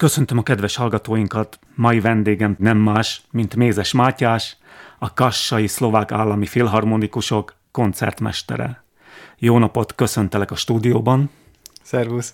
Köszöntöm a kedves hallgatóinkat, mai vendégem nem más, mint Mézes Mátyás, a Kassai Szlovák Állami Filharmonikusok koncertmestere. Jó napot, köszöntelek a stúdióban. Szervusz!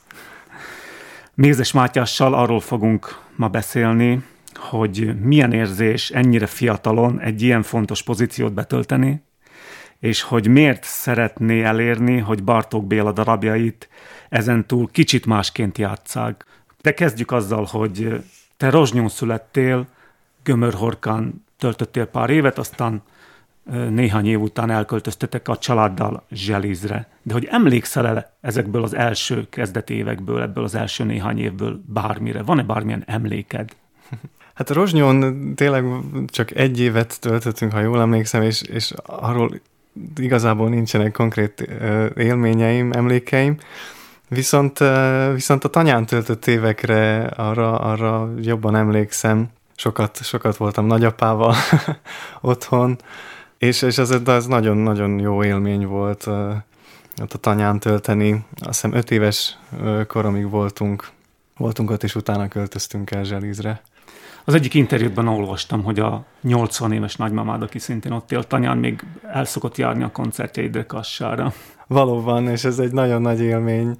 Mézes Mátyással arról fogunk ma beszélni, hogy milyen érzés ennyire fiatalon egy ilyen fontos pozíciót betölteni, és hogy miért szeretné elérni, hogy Bartók Béla darabjait ezentúl kicsit másként játsszák. De kezdjük azzal, hogy te Rozsnyón születtél, Gömörhorkán töltöttél pár évet, aztán néhány év után elköltöztetek a családdal Zselízre. De hogy emlékszel-e ezekből az első kezdeti évekből, ebből az első néhány évből bármire? Van-e bármilyen emléked? Hát Rozsnyón tényleg csak egy évet töltöttünk, ha jól emlékszem, és arról igazából nincsenek konkrét élményeim, emlékeim. Viszont a tanyán töltött évekre arra jobban emlékszem. Sokat voltam nagyapával otthon, és az nagyon-nagyon jó élmény volt ott a tanyán tölteni. Azt hiszem 5 éves koromig voltunk ott, és utána költöztünk el Zselízre. Az egyik interjútban olvastam, hogy a 80 éves nagymamád, aki szintén ott élt tanyán, még el szokott járni a koncertjeidre Kassára. Valóban, és ez egy nagyon nagy élmény.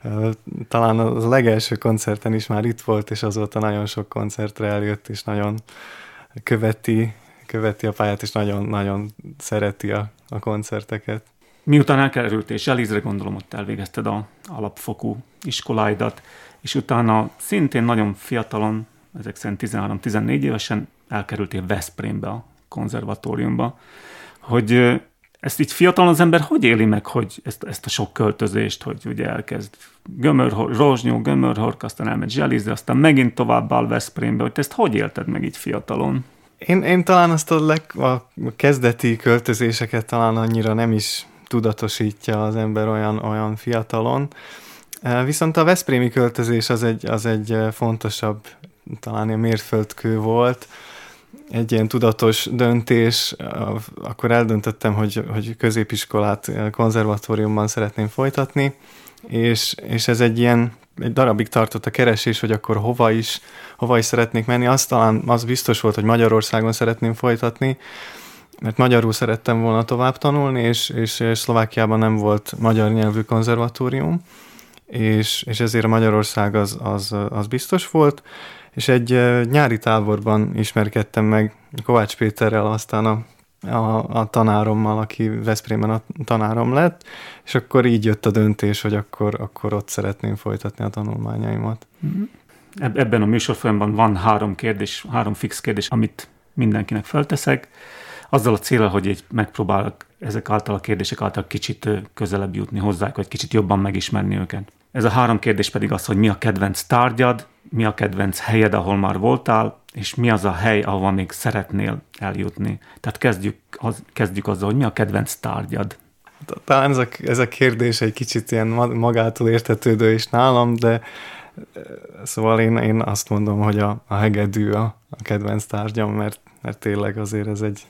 Talán a legelső koncerten is már itt volt, és azóta nagyon sok koncertre eljött, és nagyon követi a pályát, és nagyon-nagyon szereti a koncerteket. Miután elkerültél Zselízre, gondolom, ott elvégezted az alapfokú iskoláidat, és utána szintén nagyon fiatalon, ezek szerint 13-14 évesen elkerültél Veszprémbe, a konzervatóriumba, hogy ezt így fiatalon az ember hogy éli meg, hogy ezt a sok költözést, hogy ugye elkezd Rozsnyó, Gömörhork, aztán elmegy Zselízre, aztán megint tovább áll Veszprémbe, hogy te ezt hogy élted meg így fiatalon? Én talán azt a kezdeti költözéseket talán annyira nem is tudatosítja az ember olyan fiatalon. Viszont a veszprémi költözés az egy fontosabb, talán egy mérföldkő volt, egy ilyen tudatos döntés. Akkor eldöntöttem, hogy középiskolát konzervatóriumban szeretném folytatni, és ez egy darabig tartott a keresés, hogy akkor hova is szeretnék menni. Az biztos volt, hogy Magyarországon szeretném folytatni, mert magyarul szerettem volna tovább tanulni, és Szlovákiában nem volt magyar nyelvű konzervatórium, és ezért a Magyarország az biztos volt, és egy nyári táborban ismerkedtem meg Kovács Péterrel, aztán a tanárommal, aki Veszprémben a tanárom lett, és akkor így jött a döntés, hogy akkor ott szeretném folytatni a tanulmányaimat. Ebben a műsorfolyamban van 3 fix kérdés, amit mindenkinek felteszek, azzal a célral, hogy így megpróbálok ezek által a kérdések által kicsit közelebb jutni hozzájuk, vagy kicsit jobban megismerni őket. Ez a 3 kérdés pedig az, hogy mi a kedvenc tárgyad, mi a kedvenc helyed, ahol már voltál, és mi az a hely, ahova még szeretnél eljutni. Tehát kezdjük azzal, hogy mi a kedvenc tárgyad. Talán ez a kérdés egy kicsit ilyen magától értetődő is nálam, de szóval én azt mondom, hogy a hegedű a kedvenc tárgyam, mert tényleg azért ez egy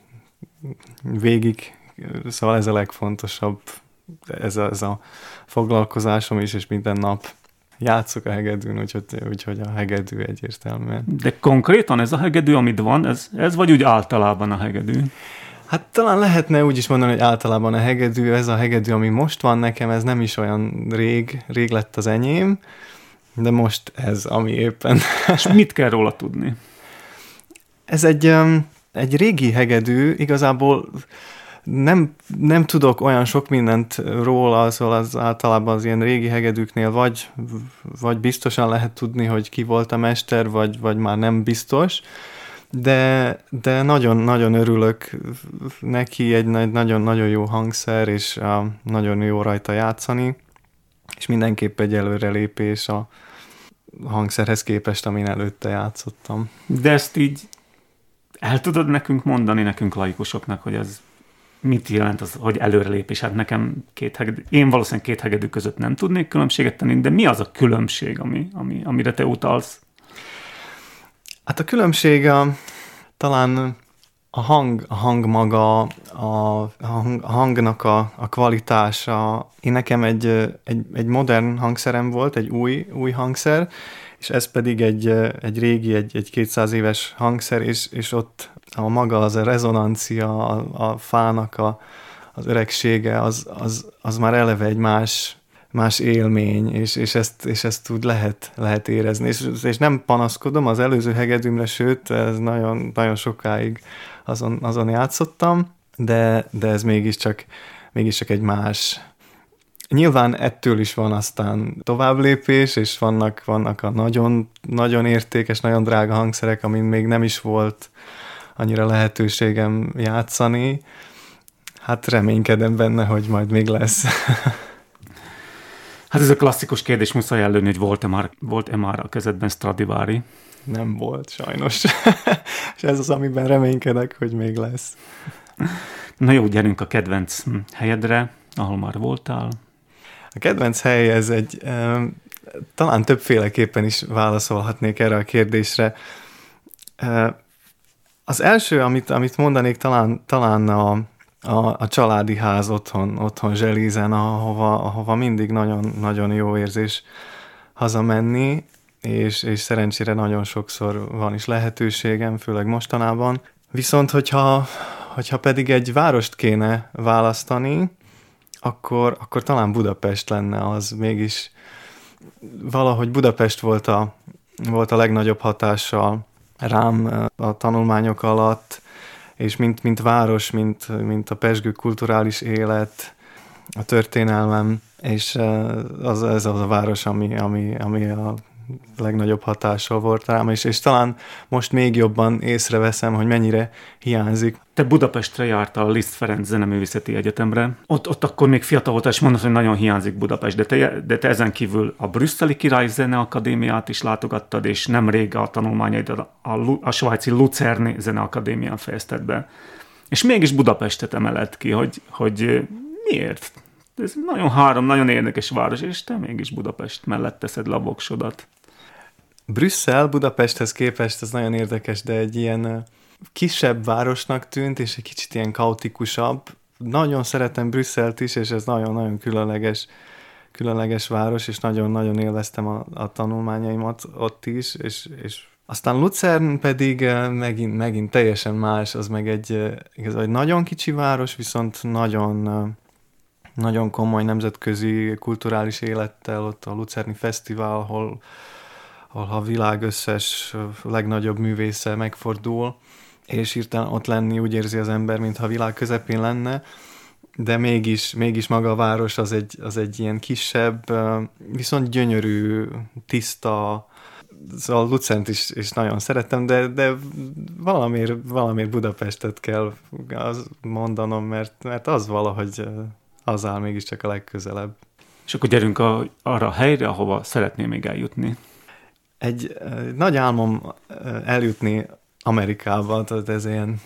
szóval ez a legfontosabb, ez a foglalkozásom is, és minden nap játszok a hegedűn, úgyhogy a hegedű egyértelműen. De konkrétan ez a hegedű, amit van, ez vagy úgy általában a hegedű? Hát talán lehetne úgy is mondani, hogy általában a hegedű, ez a hegedű, ami most van nekem, ez nem is olyan rég lett az enyém, de most ez, ami éppen... És mit kell róla tudni? Ez egy régi hegedű, igazából nem tudok olyan sok mindent róla, szóval az általában az ilyen régi hegedűknél vagy biztosan lehet tudni, hogy ki volt a mester, vagy már nem biztos, de nagyon-nagyon örülök neki, egy nagyon-nagyon jó hangszer, és nagyon jó rajta játszani, és mindenképp egy előrelépés a hangszerhez képest, amin előtte játszottam. De ezt így el tudod nekünk mondani, nekünk laikusoknak, hogy ez mit jelent az, hogy előrelépés? Hát nekem én valószínűleg 2 hegedű között nem tudnék különbséget tenni, de mi az a különbség, amire te utalsz? Hát a különbség talán a hang maga, a hangnak a kvalitása. Nekem egy modern hangszerem volt, egy új hangszer, és ez pedig egy régi, egy 200 éves hangszer, és ott a maga az a rezonancia, a fának az öregsége, az már eleve egy más élmény, és ezt úgy lehet érezni. És nem panaszkodom az előző hegedűmre, sőt, ez nagyon, nagyon sokáig azon játszottam, de ez mégiscsak egy más. Nyilván ettől is van aztán továbblépés, és vannak a nagyon, nagyon értékes, nagyon drága hangszerek, amin még nem is volt annyira lehetőségem játszani. Hát reménykedem benne, hogy majd még lesz. Hát ez a klasszikus kérdés, muszáj előni, hogy volt-e már a kezedben Stradivari? Nem volt, sajnos. És ez az, amiben reménykedek, hogy még lesz. Na jó, gyerünk a kedvenc helyedre, ahol már voltál. A kedvenc hely, ez talán többféleképpen is válaszolhatnék erre a kérdésre. Az első, amit mondanék, talán a családi ház otthon Zselízen, ahova mindig nagyon, nagyon jó érzés hazamenni, és szerencsére nagyon sokszor van is lehetőségem, főleg mostanában. Viszont, hogyha pedig egy várost kéne választani, akkor talán Budapest lenne az. Mégis valahogy Budapest volt a legnagyobb hatással rám a tanulmányok alatt, és mint város, mint a pezsgő kulturális élet, a történelmem, és ez az a város, ami a legnagyobb hatással volt rám, és talán most még jobban észreveszem, hogy mennyire hiányzik. Te Budapestre jártál a Liszt Ferenc Zeneművészeti Egyetemre. Ott akkor még fiatal voltál, és mondod, hogy nagyon hiányzik Budapest, de te ezen kívül a Brüsszeli Király Zeneakadémiát is látogattad, és nemrég a tanulmányaidat a svájci Luzerni Zeneakadémián fejezted be. És mégis Budapestet emeled ki, hogy miért? Ez nagyon érdekes város, és te mégis Budapest mellett teszed le a voksodat. Brüsszel Budapesthez képest ez nagyon érdekes, de egy ilyen kisebb városnak tűnt, és egy kicsit ilyen kaotikusabb. Nagyon szeretem Brüsszelt is, és ez nagyon-nagyon különleges város, és nagyon-nagyon élveztem a tanulmányaimat ott is, és aztán Luzern pedig megint teljesen más, az meg egy nagyon kicsi város, viszont nagyon komoly nemzetközi kulturális élettel, ott a Luzerni Fesztivál, ahol a világ összes legnagyobb művésze megfordul, és hirtelen ott lenni úgy érzi az ember, mintha a világ közepén lenne, de mégis maga a város az egy ilyen kisebb, viszont gyönyörű, tiszta, szóval Luzernt is nagyon szeretem, de valamiért Budapestet kell mondanom, mert az valahogy az áll mégiscsak a legközelebb. És akkor gyerünk arra a helyre, ahova szeretném még eljutni. Egy nagy álmom eljutni Amerikába, tehát ez ilyen...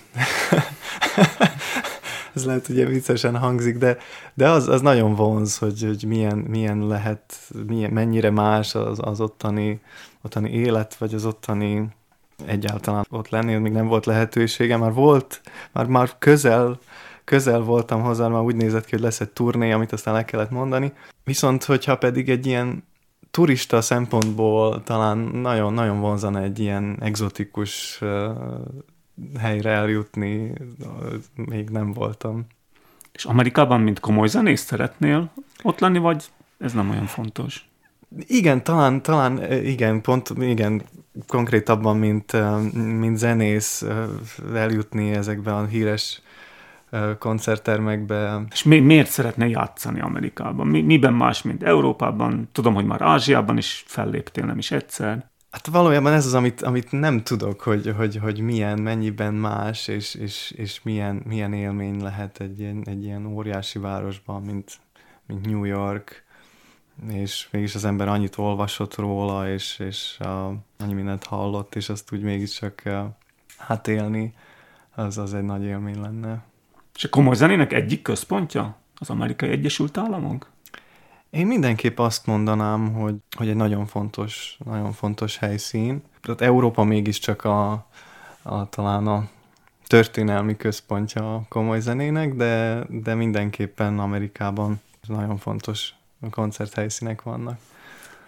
ez lehet, hogy ilyen viccesen hangzik, de az nagyon vonz, hogy milyen lehet, mennyire más az ottani élet, vagy az ottani egyáltalán ott lenni, még nem volt lehetősége, már közel voltam hozzá, már úgy nézett ki, hogy lesz egy turné, amit aztán le kellett mondani. Viszont, hogyha pedig egy ilyen turista szempontból talán nagyon-nagyon vonzana egy ilyen egzotikus helyre eljutni, még nem voltam. És Amerikában, mint komoly zenész szeretnél ott lenni, vagy ez nem olyan fontos? Igen, talán igen, konkrétabban, mint zenész eljutni ezekbe a híres koncerttermekbe. És miért szeretne játszani Amerikában? Miben más, mint Európában? Tudom, hogy már Ázsiában is felléptél, nem is egyszer. Hát valójában ez az, amit nem tudok, hogy mennyiben más, és milyen élmény lehet egy ilyen óriási városban, mint New York, és mégis az ember annyit olvasott róla, és annyi mindent hallott, és azt úgy mégiscsak élni, az egy nagy élmény lenne. És a komoly zenének egyik központja az Amerikai Egyesült Államok? Én mindenképp azt mondanám, hogy egy nagyon fontos helyszín. Tehát Európa mégiscsak talán a történelmi központja a komoly zenének, de mindenképpen Amerikában nagyon fontos koncerthelyszínek vannak.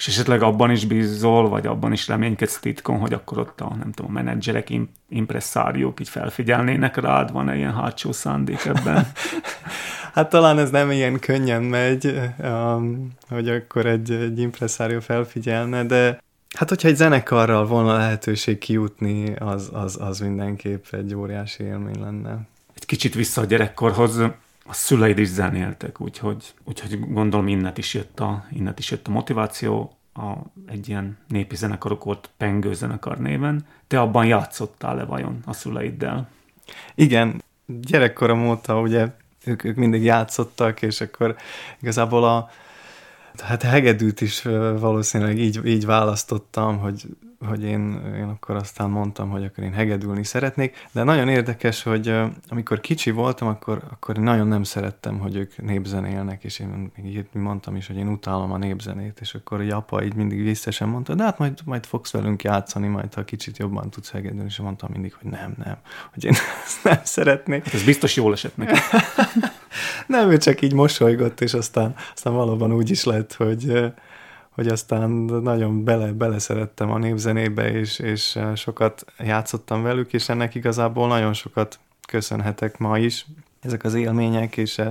És esetleg abban is bízol, vagy abban is reménykedsz titkon, hogy akkor ott a, nem tudom, a menedzserek, impresszáriók így felfigyelnének rád, van-e ilyen hátsó szándék ebben? Hát talán ez nem ilyen könnyen megy, hogy akkor egy impresszárió felfigyelne, de hát hogyha egy zenekarral volna lehetőség kijutni, az mindenképp egy óriási élmény lenne. Egy kicsit vissza a gyerekkorhoz, a szüleid is zenéltek, úgyhogy gondolom innen is jött a motiváció. Egy ilyen népi zenekarok volt, Pengő zenekar néven. Te abban játszottál-e vajon a szüleiddel? Igen, gyerekkorom óta ugye ők mindig játszottak, és akkor igazából hát a hegedűt is valószínűleg így választottam, hogy én akkor aztán mondtam, hogy akkor én hegedülni szeretnék, de nagyon érdekes, hogy amikor kicsi voltam, akkor nagyon nem szerettem, hogy ők népzenélnek, és én még mondtam is, hogy én utálom a népzenét, és akkor a apa így mindig visszesen mondta, de hát majd fogsz velünk játszani, majd ha kicsit jobban tudsz hegedülni, és mondtam mindig, hogy nem, hogy én ezt nem szeretnék. Ez biztos jól esett neki. Nem, ő csak így mosolygott, és aztán valóban úgy is lett, hogy aztán nagyon beleszerettem a népzenébe, és sokat játszottam velük, és ennek igazából nagyon sokat köszönhetek ma is. Ezek az élmények, és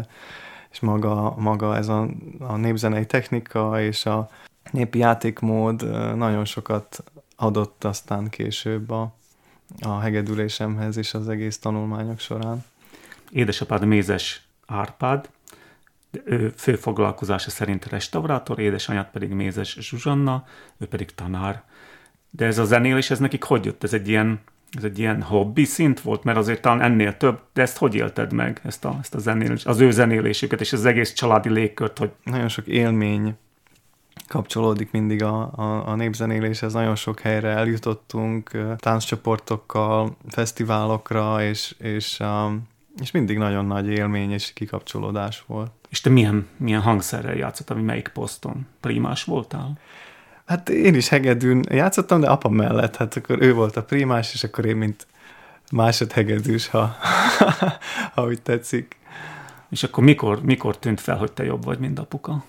maga ez a népzenei technika, és a népi játékmód nagyon sokat adott aztán később a hegedülésemhez és az egész tanulmányok során. Édesapád Mézes Árpád, ő fő foglalkozása szerint restaurátor, édesanyád pedig Mézes Zsuzsanna, ő pedig tanár. De ez a zenélés, ez nekik hogy jött? Ez egy ilyen hobbi szint volt, mert azért talán ennél több, de ezt hogy élted meg, ezt a zenélés, az ő zenélésüket és az egész családi légkört? Hogy... Nagyon sok élmény kapcsolódik mindig a népzenéléshez, nagyon sok helyre eljutottunk, tánccsoportokkal, fesztiválokra, és mindig nagyon nagy élmény és kikapcsolódás volt. És te milyen hangszerrel játszottál, melyik poszton? Primás voltál? Hát én is hegedűn játszottam, de apa mellett, hát akkor ő volt a primás, és akkor én mint másodhegedűs, ha úgy tetszik. És akkor mikor tűnt fel, hogy te jobb vagy, mint apuka?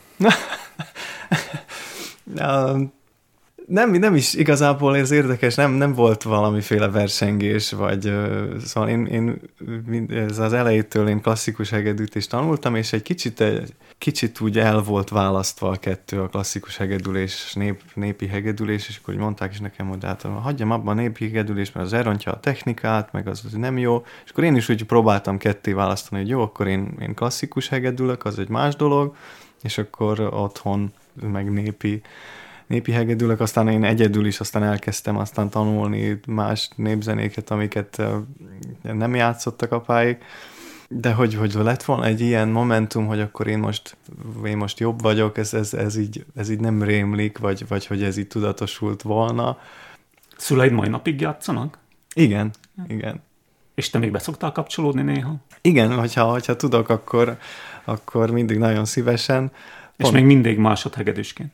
Nem is igazából ez érdekes, nem volt valamiféle versengés, vagy szóval én ez az elejétől én klasszikus hegedűt is tanultam, és egy kicsit úgy el volt választva a kettő, a klasszikus hegedülés, népi hegedülés, és akkor mondták is nekem, hogy hát hagyjam abban a népi hegedülést, mert az elrontja a technikát, meg az nem jó, és akkor én is úgy próbáltam ketté választani, hogy jó, akkor én klasszikus hegedülök, az egy más dolog, és akkor otthon meg népi hegedülök, aztán én egyedül is aztán elkezdtem aztán tanulni más népzenéket, amiket nem játszottak apáik, de hogy lett volna egy ilyen momentum, hogy akkor én most jobb vagyok, ez így nem rémlik, vagy hogy ez így tudatosult volna. Szüleid mai napig játszanak? Igen. És te még be szoktál kapcsolódni néha? Igen, hogyha tudok, akkor mindig nagyon szívesen. És még mindig másodhegedűsként.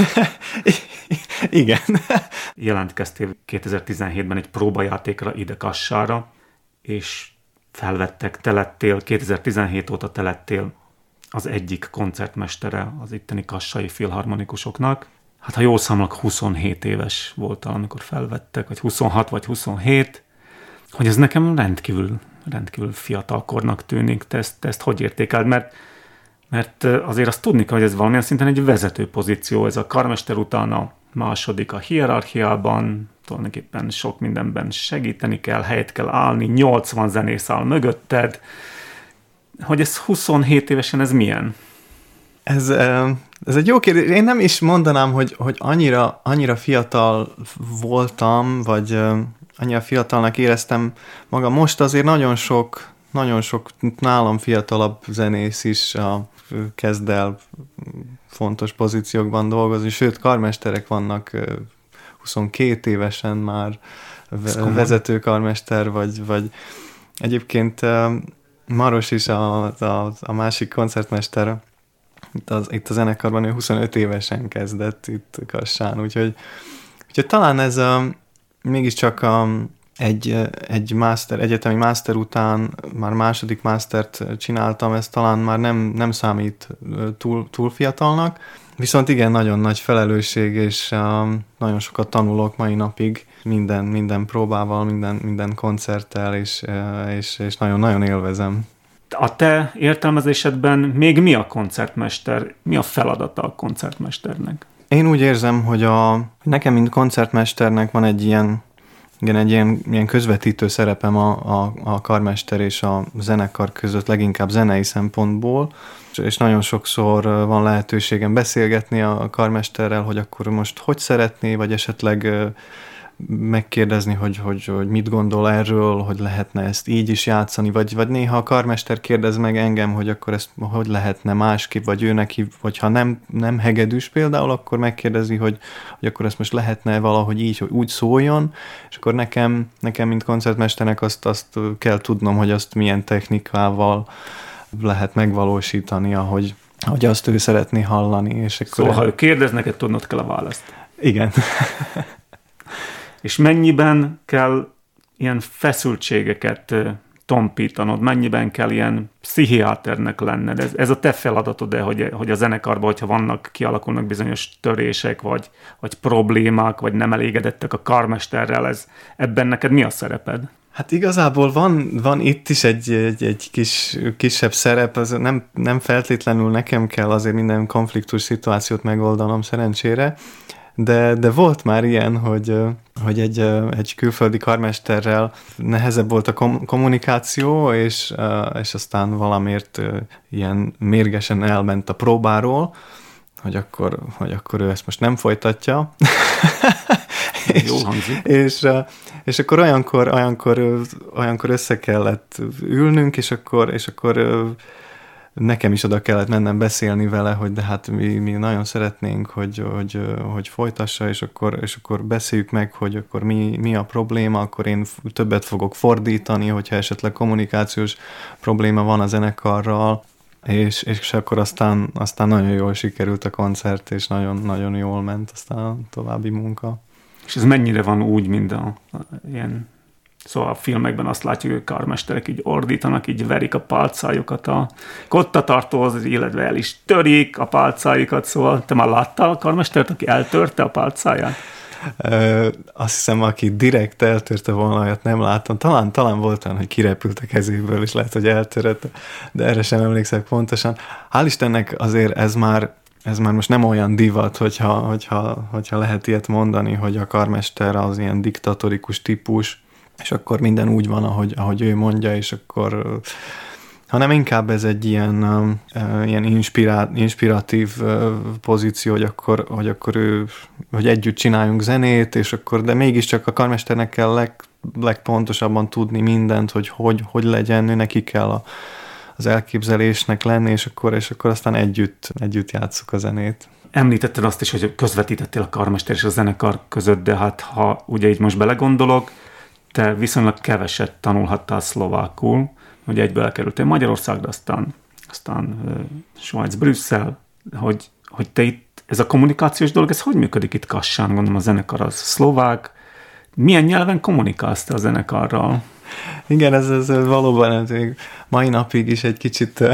Igen. Jelentkeztél 2017-ben egy próbajátékra ide Kassára, és te lettél, 2017 óta te lettél az egyik koncertmestere az itteni kassai filharmonikusoknak. Hát ha jól számolok, 27 éves voltál, amikor felvettek, vagy 26 vagy 27, hogy ez nekem rendkívül fiatalkornak tűnik. Te ezt hogy értékeld? Mert azért azt tudni kell, hogy ez valamilyen szinten egy vezető pozíció, ez a karmester után a második a hierarchiában, tulajdonképpen sok mindenben segíteni kell, helyet kell állni, 80 zenész áll mögötted. Hogy ez 27 évesen, ez milyen? Ez egy jó kérdés. Én nem is mondanám, hogy annyira fiatal voltam, vagy annyira fiatalnak éreztem magam. Most azért nagyon sok nálam fiatalabb zenész is kezd el fontos pozíciókban dolgozni, sőt, karmesterek vannak 22 évesen már vezető karmester, vagy egyébként Maros is a másik koncertmester itt a zenekarban, ő 25 évesen kezdett itt Kassán, úgyhogy talán ez mégiscsak egy egyetemi master után már második mastert csináltam, ez talán már nem számít túl fiatalnak, Viszont igen, nagyon nagy felelősség, és nagyon sokat tanulok mai napig minden próbával, minden koncerttel, és nagyon-nagyon élvezem. A te értelmezésedben még mi a koncertmester? Mi a feladata a koncertmesternek? Én úgy érzem, hogy nekem, mint koncertmesternek van egy ilyen közvetítő szerepem a karmester és a zenekar között, leginkább zenei szempontból, és nagyon sokszor van lehetőségem beszélgetni a karmesterrel, hogy akkor most hogy szeretné, vagy esetleg megkérdezni, hogy mit gondol erről, hogy lehetne ezt így is játszani, vagy néha a karmester kérdez meg engem, hogy akkor ezt hogy lehetne másképp, vagy ő neki, hogyha nem hegedűs például, akkor megkérdezi, hogy akkor ezt most lehetne valahogy így, hogy úgy szóljon, és akkor nekem mint koncertmesternek azt kell tudnom, hogy azt milyen technikával lehet megvalósítani, ahogy azt ő szeretné hallani. És akkor szóval, ha ő kérdez, neked tudnod kell a választ. Igen. És mennyiben kell ilyen feszültségeket tompítanod, mennyiben kell ilyen pszichiáternek lenned? Ez a te feladatod, hogy a zenekarban, hogyha kialakulnak bizonyos törések, vagy problémák, vagy nem elégedettek a karmesterrel, ebben neked mi a szereped? Hát igazából van itt is egy kisebb szerep, az nem feltétlenül nekem kell azért minden konfliktus szituációt megoldanom szerencsére, de volt már ilyen, hogy egy külföldi karmesterrel nehezebb volt a kommunikáció, és aztán valamiért ilyen mérgesen elment a próbáról, hogy akkor ő ezt most nem folytatja. Jól hangzik. És akkor olyankor össze kellett ülnünk, és akkor nekem is oda kellett mennem beszélni vele, hogy de hát mi nagyon szeretnénk, hogy folytassa, és akkor beszéljük meg, hogy akkor mi a probléma, akkor én többet fogok fordítani, hogyha esetleg kommunikációs probléma van a zenekarral, és akkor aztán nagyon jól sikerült a koncert, és nagyon jól ment aztán a további munka. És ez mennyire van úgy, mint ilyen... Szóval a filmekben azt látjuk, hogy a karmesterek így ordítanak, így verik a pálcájukat a kottatartóhoz, illetve el is törik a pálcájukat, szóval te már láttál a karmestert, aki eltörte a pálcáját? Azt hiszem, aki direkt eltörte volna, olyat nem láttam. Talán volt olyan, hogy kirepült a kezéből, és lehet, hogy eltörette, de erre sem emlékszek pontosan. Hál' Istennek azért ez már most nem olyan divat, hogyha lehet ilyet mondani, hogy a karmester az ilyen diktatorikus típus, és akkor minden úgy van, ahogy ő mondja, és akkor, hanem inkább ez egy ilyen inspiratív pozíció, hogy akkor hogy együtt csináljunk zenét, és akkor, de mégiscsak a karmesternek kell legpontosabban tudni mindent, hogy legyen, neki kell az elképzelésnek lenni, és akkor aztán együtt játsszuk a zenét. Említetted azt is, hogy közvetítettél a karmester és a zenekar között, de hát ha ugye így most belegondolok, te viszonylag keveset tanulhattál szlovákul, hogy egyből elkerültél Magyarországra, aztán Svájc, Brüsszel, hogy te itt, ez a kommunikációs dolog, ez hogy működik itt Kassán, gondolom a zenekar az szlovák. Milyen nyelven kommunikálsz te a zenekarral? Igen, ez valóban mai napig is egy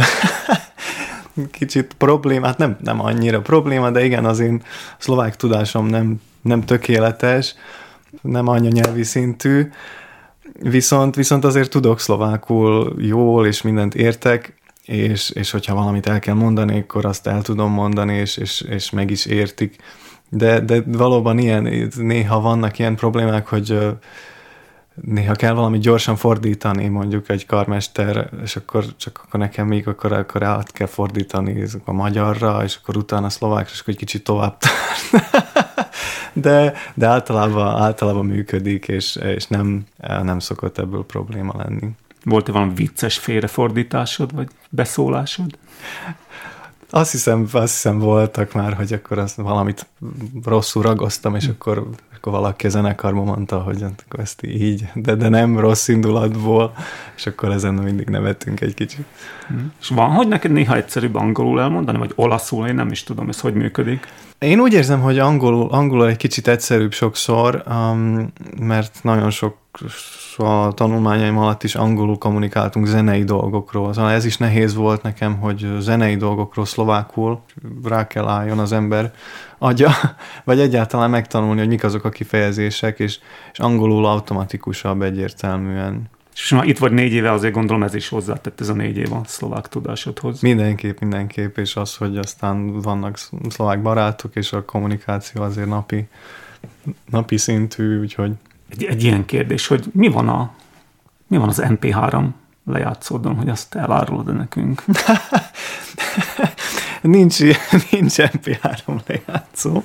kicsit problémát, nem annyira probléma, de igen, az én szlovák tudásom nem tökéletes, nem anyanyelvi szintű, viszont azért tudok szlovákul jól, és mindent értek, és hogyha valamit el kell mondani, akkor azt el tudom mondani, és meg is értik. De valóban néha vannak ilyen problémák, hogy néha kell valamit gyorsan fordítani, mondjuk egy karmester, és akkor nekem még akkor át kell fordítani a magyarra, és akkor utána szlovákra, és akkor egy kicsit tovább de általában működik, és nem szokott ebből probléma lenni. Volt-e valami vicces félrefordításod, vagy beszólásod? Azt hiszem voltak már, hogy akkor valamit rosszul ragoztam, és akkor valaki a zenekarban mondta, hogy akkor ezt így, de nem rossz indulatból, és akkor ezen mindig nevettünk egy kicsit. És van, hogy neked néha egyszerűbb angolul elmondani, vagy olaszul, én nem is tudom, ez hogy működik? Én úgy érzem, hogy angolul egy kicsit egyszerűbb sokszor, mert nagyon sok a tanulmányaim alatt is angolul kommunikáltunk zenei dolgokról. Szóval ez is nehéz volt nekem, hogy zenei dolgokról szlovákul rá kell álljon az ember agya, vagy egyáltalán megtanulni, hogy mik azok a kifejezések, és angolul automatikusabb egyértelműen. És már itt vagy 4 éve, azért gondolom ez is hozzátett ez a 4 év a szlovák tudásodhoz. Mindenképp, és az, hogy aztán vannak szlovák barátok, és a kommunikáció azért napi szintű, úgyhogy... Egy ilyen kérdés, hogy mi van az MP3 lejátszódon, hogy azt elárulod nekünk? nincs MP3 lejátszó,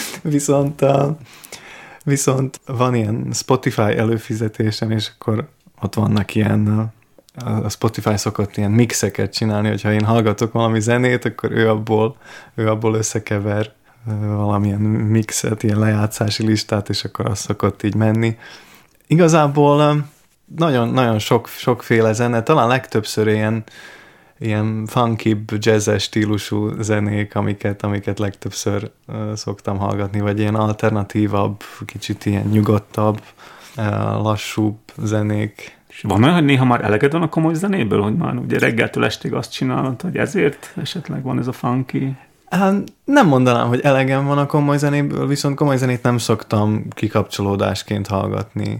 viszont van ilyen Spotify előfizetésem, és akkor ott vannak ilyen, a Spotify szokott ilyen mixeket csinálni, hogyha én hallgatok valami zenét, akkor ő abból összekever valamilyen mixet, ilyen lejátszási listát, és akkor az szokott így menni. Igazából nagyon sokféle zene, talán legtöbbször ilyen funkibb, jazzes stílusú zenék, amiket legtöbbször szoktam hallgatni, vagy ilyen alternatívabb, kicsit ilyen nyugodtabb, lassúbb zenék. És van olyan, hogy néha már eleged van a komoly zenéből, hogy már ugye reggeltől estig azt csinálod, hogy ezért esetleg van ez a funky? Nem mondanám, hogy elegem van a komoly zenéből, viszont komoly zenét nem szoktam kikapcsolódásként hallgatni.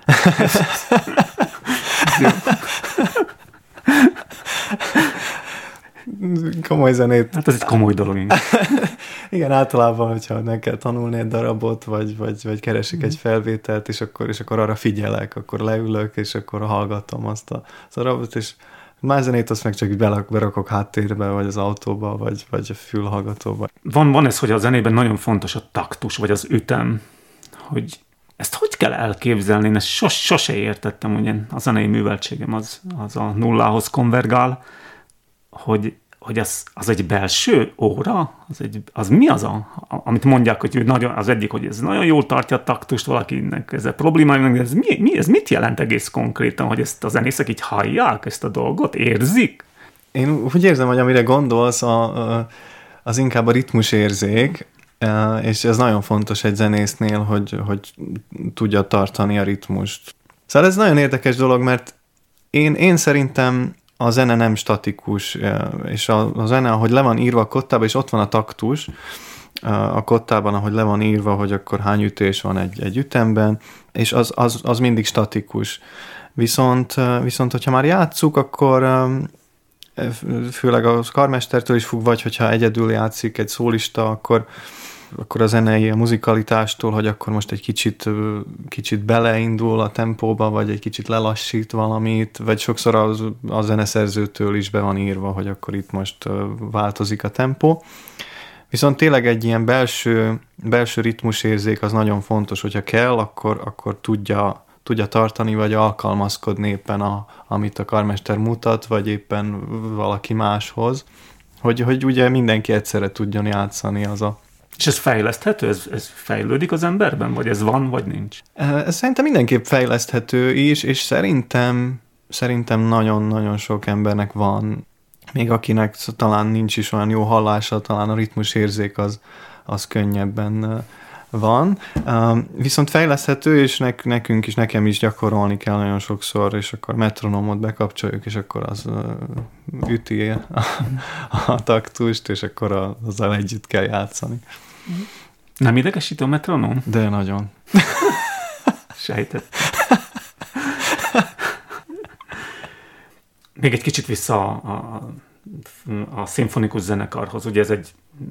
Komoly zenét. Hát ez egy komoly dolog. Igen, általában, hogyha meg kell tanulni egy darabot, vagy keresik egy felvételt, és akkor arra figyelek, akkor leülök, és akkor hallgatom azt a darabot, és más zenét azt meg csak berakok háttérbe, vagy az autóba, vagy a fülhallgatóba. Van ez, hogy a zenében nagyon fontos a taktus, vagy az ütem, hogy ezt hogy kell elképzelni? Én ezt sose értettem, ugye a zenei műveltségem az a nullához konvergál, hogy az egy belső óra? Az mi az, amit mondják, hogy az egyik, hogy ez nagyon jól tartja a taktust, valakinek ezzel problémája, de ez mit jelent egész konkrétan, hogy ezt a zenészek így hallják, ezt a dolgot, érzik? Én úgy érzem, hogy amire gondolsz, az inkább a ritmusérzék, és ez nagyon fontos egy zenésznél, hogy tudja tartani a ritmust. Szóval ez nagyon érdekes dolog, mert én szerintem a zene nem statikus, és a zene, ahogy le van írva a kottába, és ott van a taktus a kottában, ahogy le van írva, hogy akkor hány ütés van egy ütemben, és az mindig statikus. Viszont hogyha már játsszuk, akkor főleg a karmestertől is függ, vagy hogyha egyedül játszik egy szólista, akkor a zenei, a muzikalitástól, hogy akkor most egy kicsit beleindul a tempóba, vagy egy kicsit lelassít valamit, vagy sokszor a zeneszerzőtől is be van írva, hogy akkor itt most változik a tempó. Viszont tényleg egy ilyen belső ritmusérzék az nagyon fontos, hogyha kell, akkor tudja tartani, vagy alkalmazkodni éppen amit a karmester mutat, vagy éppen valaki máshoz, hogy ugye mindenki egyszerre tudjon játszani És ez fejleszthető? Ez fejlődik az emberben? Vagy ez van, vagy nincs? Ez szerintem mindenképp fejleszthető is, és szerintem nagyon-nagyon sok embernek van. Még akinek talán nincs is olyan jó hallása, talán a ritmusérzék az könnyebben van. Viszont fejleszthető, és nekünk is, nekem is gyakorolni kell nagyon sokszor, és akkor metronomot bekapcsoljuk, és akkor az üti a taktust, és akkor azzal együtt kell játszani. Nem idegesítő a metronom? De nagyon. Sejtett. Még egy kicsit vissza a szimfonikus zenekarhoz. Ugye ez egy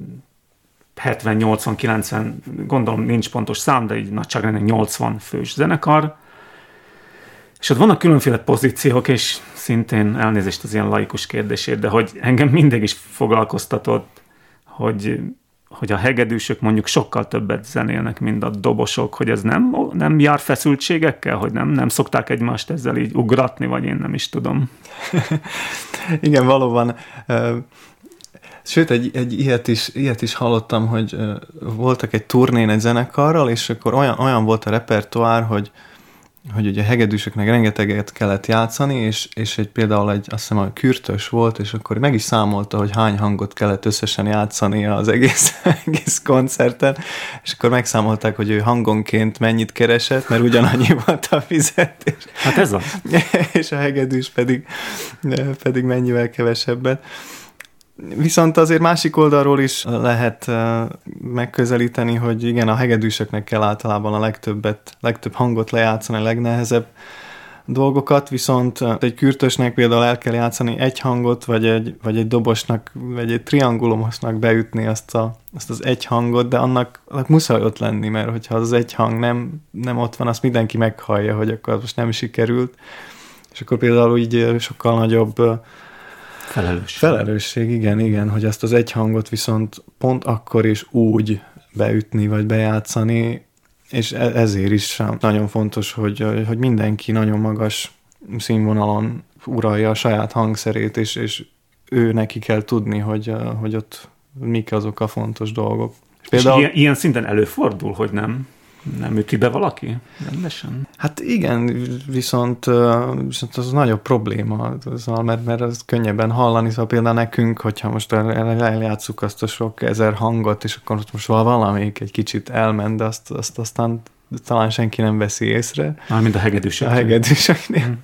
70-80-90, gondolom nincs pontos szám, de így nagyságrendben 80 fős zenekar. És ott vannak különféle pozíciók, és szintén elnézést az ilyen laikus kérdésért, de hogy engem mindig is foglalkoztatott, hogy a hegedűsök mondjuk sokkal többet zenélnek, mint a dobosok, hogy ez nem jár feszültségekkel, hogy nem szokták egymást ezzel így ugratni, vagy én nem is tudom. Igen, valóban. Sőt, egy ilyet is hallottam, hogy voltak egy turnén egy zenekarral, és akkor olyan volt a repertoár, hogy ugye hegedűsöknek rengeteget kellett játszani, és például azt hiszem a kürtös volt, és akkor meg is számolta, hogy hány hangot kellett összesen játszani az egész koncerten, és akkor megszámolták, hogy ő hangonként mennyit keresett, mert ugyanannyi volt a fizetés. Hát ez az. És a hegedűs pedig mennyivel kevesebbet. Viszont azért másik oldalról is lehet megközelíteni, hogy igen, a hegedűsöknek kell általában a legtöbb hangot lejátszani, a legnehezebb dolgokat, viszont egy kürtösnek például el kell játszani egy hangot, vagy egy dobosnak, vagy egy triangulumosnak beütni azt az egy hangot, de annak muszáj ott lenni, mert hogyha az egy hang nem ott van, azt mindenki meghallja, hogy akkor most nem sikerült, és akkor például így sokkal nagyobb felelősség, igen, hogy ezt az egy hangot viszont pont akkor is úgy beütni, vagy bejátszani, és ezért is nagyon fontos, hogy mindenki nagyon magas színvonalon uralja a saját hangszerét, és ő neki kell tudni, hogy ott mik azok a fontos dolgok. És például... ilyen szinten előfordul, hogy nem üti be valaki rendesen? Hát igen, viszont az nagyobb probléma, mert az könnyebben hallani, szóval például nekünk, hogyha most eljátszuk azt a sok ezer hangot, és akkor most valamelyik egy kicsit elment, de azt aztán talán senki nem veszi észre. Mint a hegedűsöknél. A hegedűsöknél.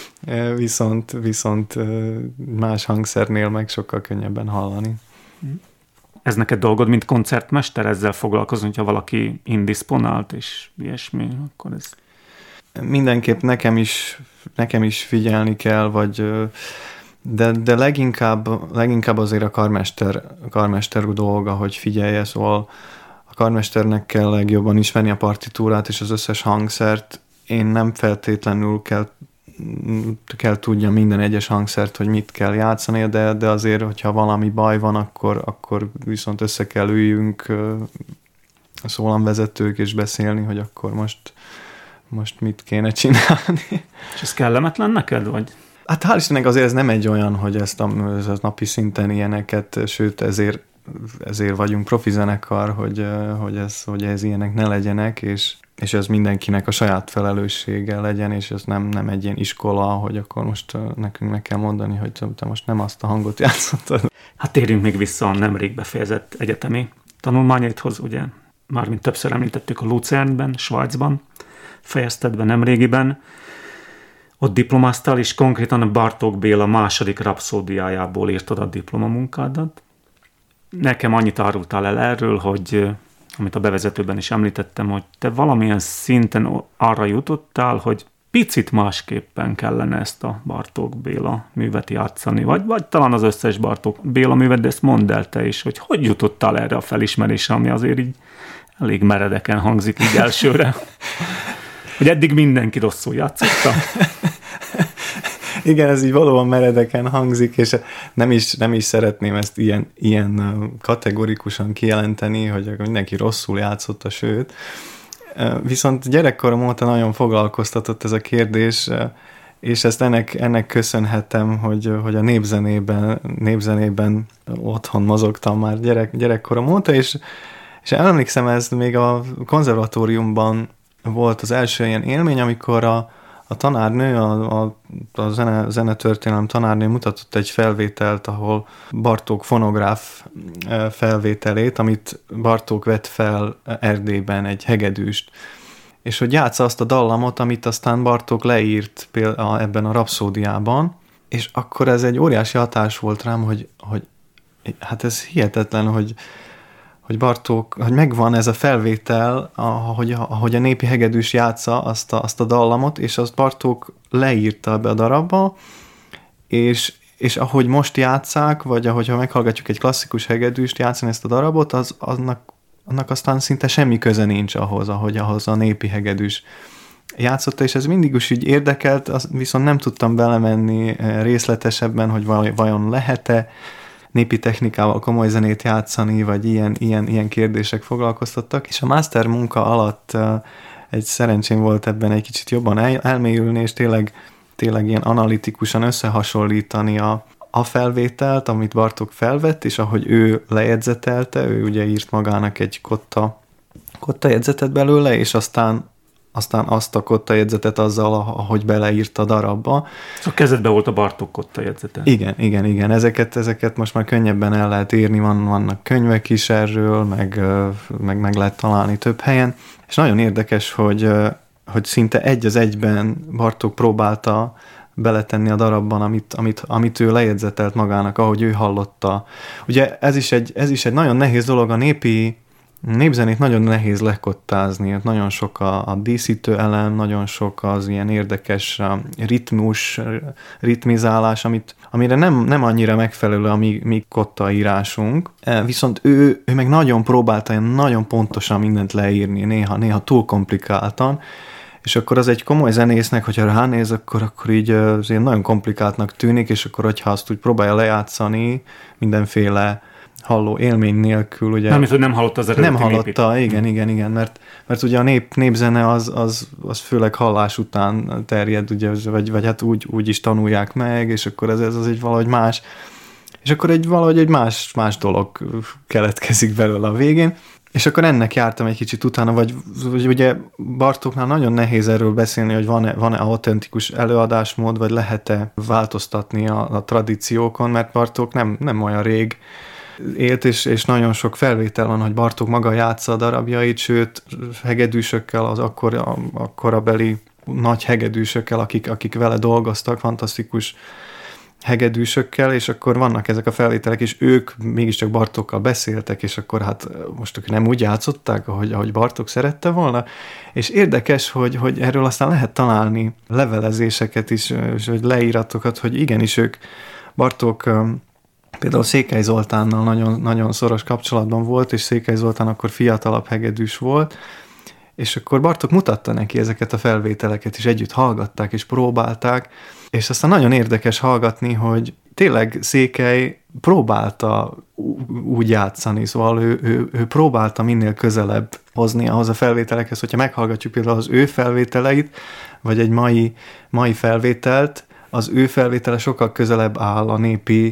Viszont más hangszernél meg sokkal könnyebben hallani. Ez neked dolgod, mint koncertmester ezzel foglalkozni, hogyha valaki indisponált és ilyesmi, akkor ez... Mindenképp nekem is figyelni kell, de leginkább azért a karmester dolga, hogy figyelje, szóval a karmesternek kell legjobban ismerni a partitúrát és az összes hangszert. Én nem feltétlenül kell tudja minden egyes hangszert, hogy mit kell játszani, de azért, hogyha valami baj van, akkor viszont össze kell üljünk a szólamvezetők és beszélni, hogy akkor most mit kéne csinálni. És ez kellemetlen neked, vagy? Hát hál' Istennek azért ez nem egy olyan, hogy ezt a napi szinten ilyeneket, sőt ezért vagyunk profi zenekar, hogy ez ilyenek ne legyenek, és ez mindenkinek a saját felelőssége legyen, és ez nem egy ilyen iskola, hogy akkor most nekünk meg kell mondani, hogy te most nem azt a hangot játszottad. Hát térjünk még vissza a nemrég befejezett egyetemi tanulmányaidhoz, ugye? Mármint többször említettük a Luzernben, Svájcban, fejezted be nemrégiben. Ott diplomáztál, és konkrétan a Bartók Béla második rapszódiájából írtad a diplomamunkádat. Nekem annyit árultál el erről, hogy amit a bevezetőben is említettem, hogy te valamilyen szinten arra jutottál, hogy picit másképpen kellene ezt a Bartók Béla művet játszani, vagy talán az összes Bartók Béla művet, de ezt mondd el te is, hogy jutottál erre a felismerésre, ami azért így elég meredeken hangzik így elsőre. Hogy eddig mindenki rosszul játszotta. Igen, ez így valóban meredeken hangzik, és nem is szeretném ezt ilyen kategorikusan kijelenteni, hogy mindenki rosszul játszotta, sőt. Viszont gyerekkorom óta nagyon foglalkoztatott ez a kérdés, és ezt ennek köszönhetem, hogy a népzenében otthon mozogtam már gyerekkorom óta, és emlékszem, ez még a konzervatóriumban volt az első ilyen élmény, amikor a tanárnő, a zenetörténelem tanárnő mutatott egy felvételt, ahol Bartók fonográf felvételét, amit Bartók vett fel Erdélyben, egy hegedűst. És hogy játsza azt a dallamot, amit aztán Bartók leírt például ebben a rapszódiában, és akkor ez egy óriási hatás volt rám, hogy hát ez hihetetlen, hogy Bartók, hogy megvan ez a felvétel, ahogy a népi hegedűs játsza azt a dallamot, és azt Bartók leírta be a darabba, és ahogy most játsszák, vagy ahogyha meghallgatjuk egy klasszikus hegedűst játszani ezt a darabot, annak aztán szinte semmi köze nincs ahhoz a népi hegedűs játszotta, és ez mindig is így érdekelt, viszont nem tudtam belemenni részletesebben, hogy vajon lehet-e népi technikával komoly zenét játszani, vagy ilyen kérdések foglalkoztattak, és a master munka alatt egy szerencsém volt ebben egy kicsit jobban elmélyülni, és tényleg ilyen analitikusan összehasonlítani a felvételt, amit Bartók felvett, és ahogy ő lejegyzetelte, ő ugye írt magának egy kotta jegyzetet belőle, és aztán aztán azt a kotta jegyzetet azzal, ahogy beleírta a darabba. Szóval kezedben volt a Bartók kotta jegyzete. Igen. Ezeket most már könnyebben el lehet írni, vannak könyvek is erről, meg lehet találni több helyen. És nagyon érdekes, hogy szinte egy az egyben Bartók próbálta beletenni a darabban, amit ő lejegyzetelt magának, ahogy ő hallotta. Ugye ez is egy nagyon nehéz dolog, a népzenét nagyon nehéz lekottázni, nagyon sok a díszítő elem, nagyon sok az ilyen érdekes ritmizálás, amire nem annyira megfelelő a mi kottaírásunk, viszont ő meg nagyon próbálta nagyon pontosan mindent leírni, néha túl komplikáltan, és akkor az egy komoly zenésznek, hogyha ránéz, akkor így azért nagyon komplikáltnak tűnik, és akkor hogyha azt úgy próbálja lejátszani mindenféle halló élmény nélkül, ugye... Nem, hogy nem hallotta az eredeti Nem hallotta, igen, mert ugye a népzene az főleg hallás után terjed, ugye, vagy hát úgy is tanulják meg, és akkor ez egy valahogy más, és akkor valahogy egy más dolog keletkezik belőle a végén, és akkor ennek jártam egy kicsit utána, vagy ugye Bartóknál nagyon nehéz erről beszélni, hogy van-e autentikus előadásmód, vagy lehet-e változtatni a tradíciókon, mert Bartók nem olyan rég élt, és nagyon sok felvétel van, hogy Bartók maga játsza a darabjait, sőt, hegedűsökkel, az akkorabeli nagy hegedűsökkel, akik vele dolgoztak, fantasztikus hegedűsökkel, és akkor vannak ezek a felvételek, és ők mégiscsak Bartókkal beszéltek, és akkor hát most ők nem úgy játszották, ahogy Bartók szerette volna, és érdekes, hogy erről aztán lehet találni levelezéseket is, és hogy leíratokat, hogy igenis ők, Bartók például Székely Zoltánnal nagyon, nagyon szoros kapcsolatban volt, és Székely Zoltán akkor fiatalabb hegedűs volt, és akkor Bartók mutatta neki ezeket a felvételeket, és együtt hallgatták, és próbálták, és aztán nagyon érdekes hallgatni, hogy tényleg Székely próbálta úgy játszani, szóval ő próbálta minél közelebb hozni ahhoz a felvételekhez, hogyha meghallgatjuk például az ő felvételeit, vagy egy mai felvételt, az ő felvétele sokkal közelebb áll a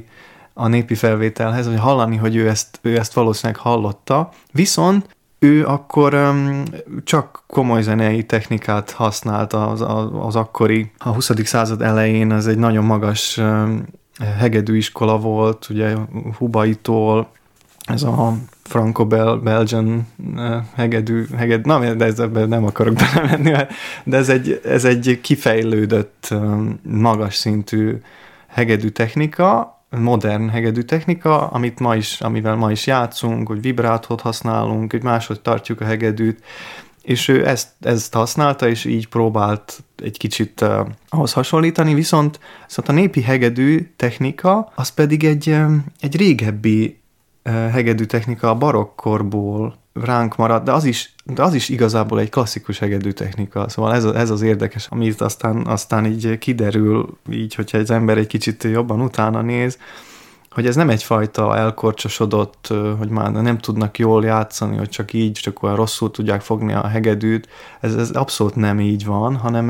népi felvételhez, hogy hallani, hogy ő ezt valószínűleg hallotta, viszont ő akkor csak komoly zenei technikát használt az akkori, a 20. század elején, ez egy nagyon magas hegedűiskola volt, ugye Hubaitól, ez a Franco-Belgian hegedű, na, de ebben nem akarok belemenni, de ez egy kifejlődött, magas szintű hegedű technika, modern hegedű technika, amivel ma is játszunk, hogy vibrátot használunk, hogy máshogy tartjuk a hegedűt, és ő ezt használta, és így próbált egy kicsit ahhoz hasonlítani, viszont a népi hegedű technika, az pedig egy régebbi hegedű technika a barokkkorból ránk maradt, de az is igazából egy klasszikus hegedű technika. Szóval ez az érdekes, amit aztán így kiderül, így, hogyha az ember egy kicsit jobban utána néz, hogy ez nem egyfajta elkorcsosodott, hogy már nem tudnak jól játszani, hogy csak olyan rosszul tudják fogni a hegedűt. Ez abszolút nem így van, hanem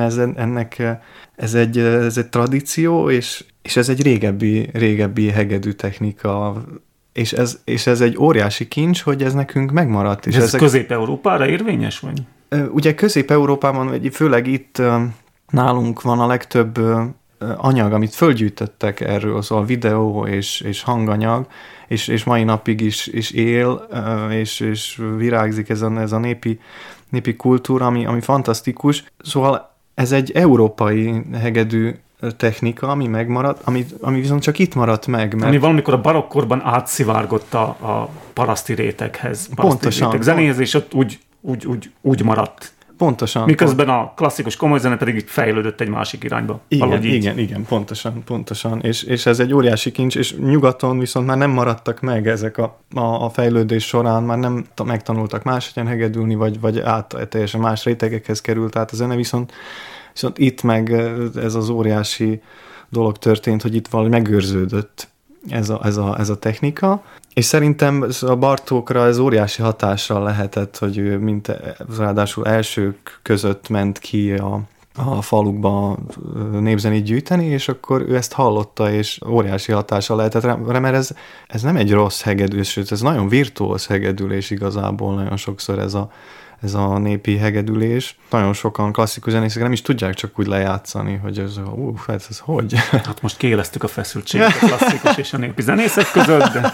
ez egy tradíció, és ez egy régebbi hegedű technika. És ez egy óriási kincs, hogy ez nekünk megmaradt. És ez Közép-Európára érvényes, vagy? Ugye Közép-Európában, főleg itt nálunk van a legtöbb anyag, amit fölgyűjtöttek erről, szóval videó és hanganyag, és mai napig is él, és virágzik ez a népi kultúra, ami fantasztikus. Szóval ez egy európai hegedű technika, ami megmaradt, ami viszont csak itt maradt meg. Mert... Ami valamikor a barokkorban átszivárgott a paraszti réteghez. Pontosan. Zenéhez, és ott úgy maradt. Pontosan. Miközben a klasszikus komoly zene pedig így fejlődött egy másik irányba. Igen, pontosan. És ez egy óriási kincs, és nyugaton viszont már nem maradtak meg ezek a fejlődés során, már nem megtanultak máshogyan hegedülni, vagy teljesen más rétegekhez került át a zene, viszont itt meg ez az óriási dolog történt, hogy itt valahogy megőrződött ez a technika, és szerintem a Bartókra ez óriási hatással lehetett, hogy ő ráadásul elsők között ment ki a falukba népzenét gyűjteni, és akkor ő ezt hallotta, és óriási hatással lehetett rá, mert ez nem egy rossz hegedűs, sőt, ez nagyon virtuóz hegedülés igazából, nagyon sokszor ez a népi hegedülés. Nagyon sokan klasszikus zenészek nem is tudják csak úgy lejátszani, hogy ez hogy? Hát most kiéleztük a feszültséget a klasszikus és a népi zenészek között, de...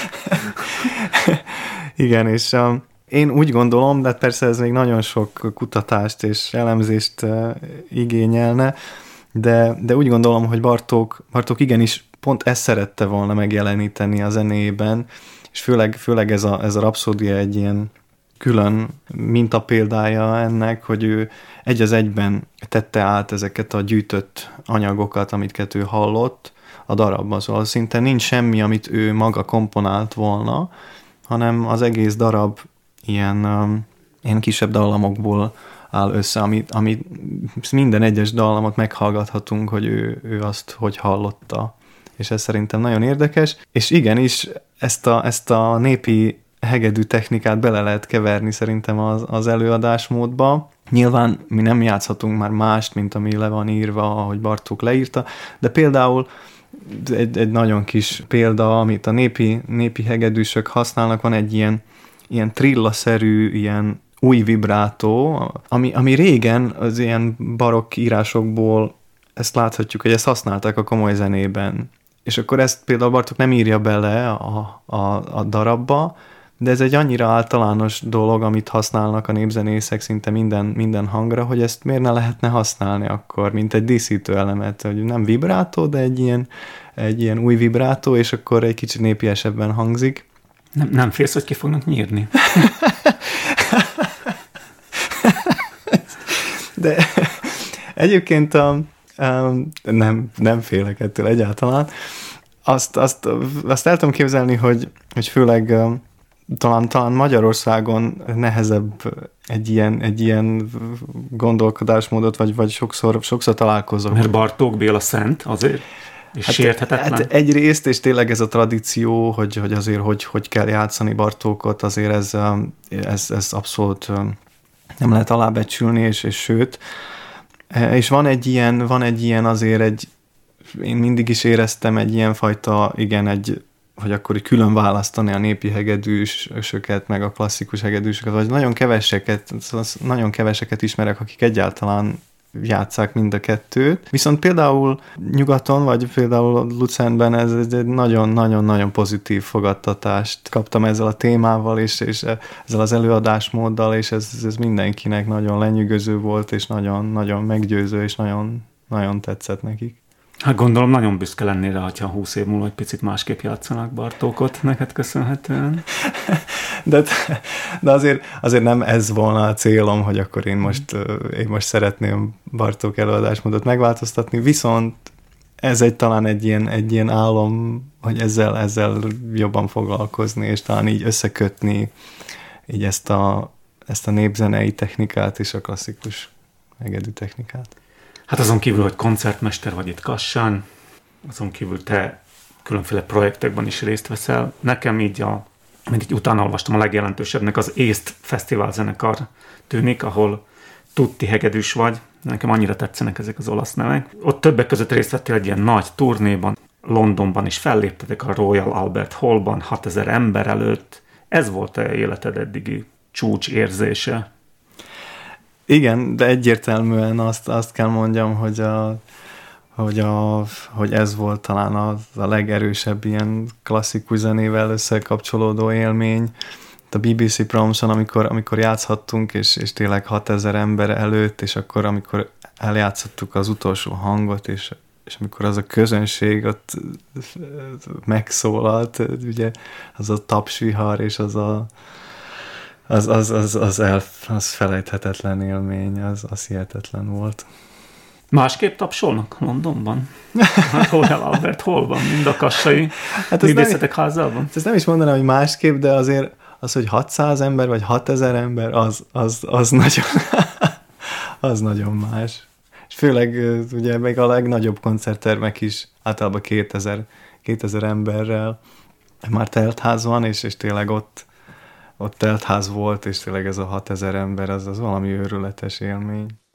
Igen, és én úgy gondolom, de persze ez még nagyon sok kutatást és elemzést igényelne, de úgy gondolom, hogy Bartók igenis pont ezt szerette volna megjeleníteni a zenéjében, és főleg ez a rapszódia egy ilyen külön mintapéldája ennek, hogy ő egy az egyben tette át ezeket a gyűjtött anyagokat, amit ő hallott a darabban. Szóval szinte nincs semmi, amit ő maga komponált volna, hanem az egész darab ilyen kisebb dallamokból áll össze, amit minden egyes dallamot meghallgathatunk, hogy ő azt hogy hallotta. És ez szerintem nagyon érdekes. És igenis, ezt a népi hegedű technikát bele lehet keverni szerintem az előadásmódba. Nyilván mi nem játszhatunk már mást, mint ami le van írva, ahogy Bartók leírta, de például egy nagyon kis példa, amit a népi hegedűsök használnak, van egy ilyen trillaszerű, ilyen új vibrátó, ami régen az ilyen barokk írásokból ezt láthatjuk, hogy ezt használták a komoly zenében. És akkor ezt például Bartók nem írja bele a darabba, de ez egy annyira általános dolog, amit használnak a népzenészek szinte minden hangra, hogy ezt miért ne lehetne használni akkor, mint egy díszítő elemet, hogy nem vibrátó, de egy ilyen új vibrátó, és akkor egy kicsit népiesebben hangzik. Nem félsz, hogy ki fognak nyírni? De egyébként nem félek ettől egyáltalán. Azt el tudom képzelni, hogy főleg talán Magyarországon nehezebb egy ilyen gondolkodásmódot, vagy sokszor találkozok. Mert Bartók Béla szent azért, és sérthetetlen. Hát egyrészt, és tényleg ez a tradíció, hogy azért hogy kell játszani Bartókot, azért ez abszolút nem lehet alábecsülni, és sőt. És van egy ilyen azért én mindig is éreztem egy ilyen fajta, hogy akkor így külön választani a népi hegedűsöket, meg a klasszikus hegedűsöket, vagy nagyon keveseket ismerek, akik egyáltalán játsszák mind a kettőt. Viszont például nyugaton, vagy például Luzernben ez egy nagyon-nagyon-nagyon pozitív fogadtatást kaptam ezzel a témával, és ezzel az előadásmóddal, és ez mindenkinek nagyon lenyűgöző volt, és nagyon-nagyon meggyőző, és nagyon, nagyon tetszett nekik. Hát gondolom nagyon büszke lennél rá, hogyha 20 év múlva egy picit másképp játszanak Bartókot neked köszönhetően. De azért nem ez volna a célom, hogy akkor én most szeretném Bartók előadásmódot megváltoztatni, viszont ez talán egy ilyen álom, hogy ezzel jobban foglalkozni, és talán így összekötni így ezt a népzenei technikát és a klasszikus hegedű technikát. Hát azon kívül, hogy koncertmester vagy itt Kassán, azon kívül te különféle projektekben is részt veszel. Nekem így mindig utána olvastam, a legjelentősebbnek az ÉSZT Fesztivál zenekar tűnik, ahol tutti hegedűs vagy. Nekem annyira tetszenek ezek az olasz nevek. Ott többek között részt vettél egy ilyen nagy turnéban, Londonban is felléptetek a Royal Albert Hallban 6000 ember előtt. Ez volt-e életed eddigi csúcs érzése? Igen, de egyértelműen azt kell mondjam, hogy ez volt talán a legerősebb ilyen klasszikus zenével összekapcsolódó élmény. A BBC Promson, amikor játszhattunk, és tényleg 6000 ember előtt, és akkor, amikor eljátszottuk az utolsó hangot, és amikor az a közönség ott megszólalt, ugye az a tapsvihar, és az felejthetetlen élmény, az hihetetlen volt. Másképp tapsolnak Londonban? Royal Albert Hallban, mind a kassai művészetek házában? Ezt nem is mondanám, hogy másképp, de azért az, hogy 600 ember, vagy 6000 ember, az nagyon, az nagyon más. És főleg ugye még a legnagyobb koncerttermek is általában 2000 emberrel már teltház van, és tényleg ott teltház volt, és tényleg ez a 6000 ember, az valami őrületes élmény.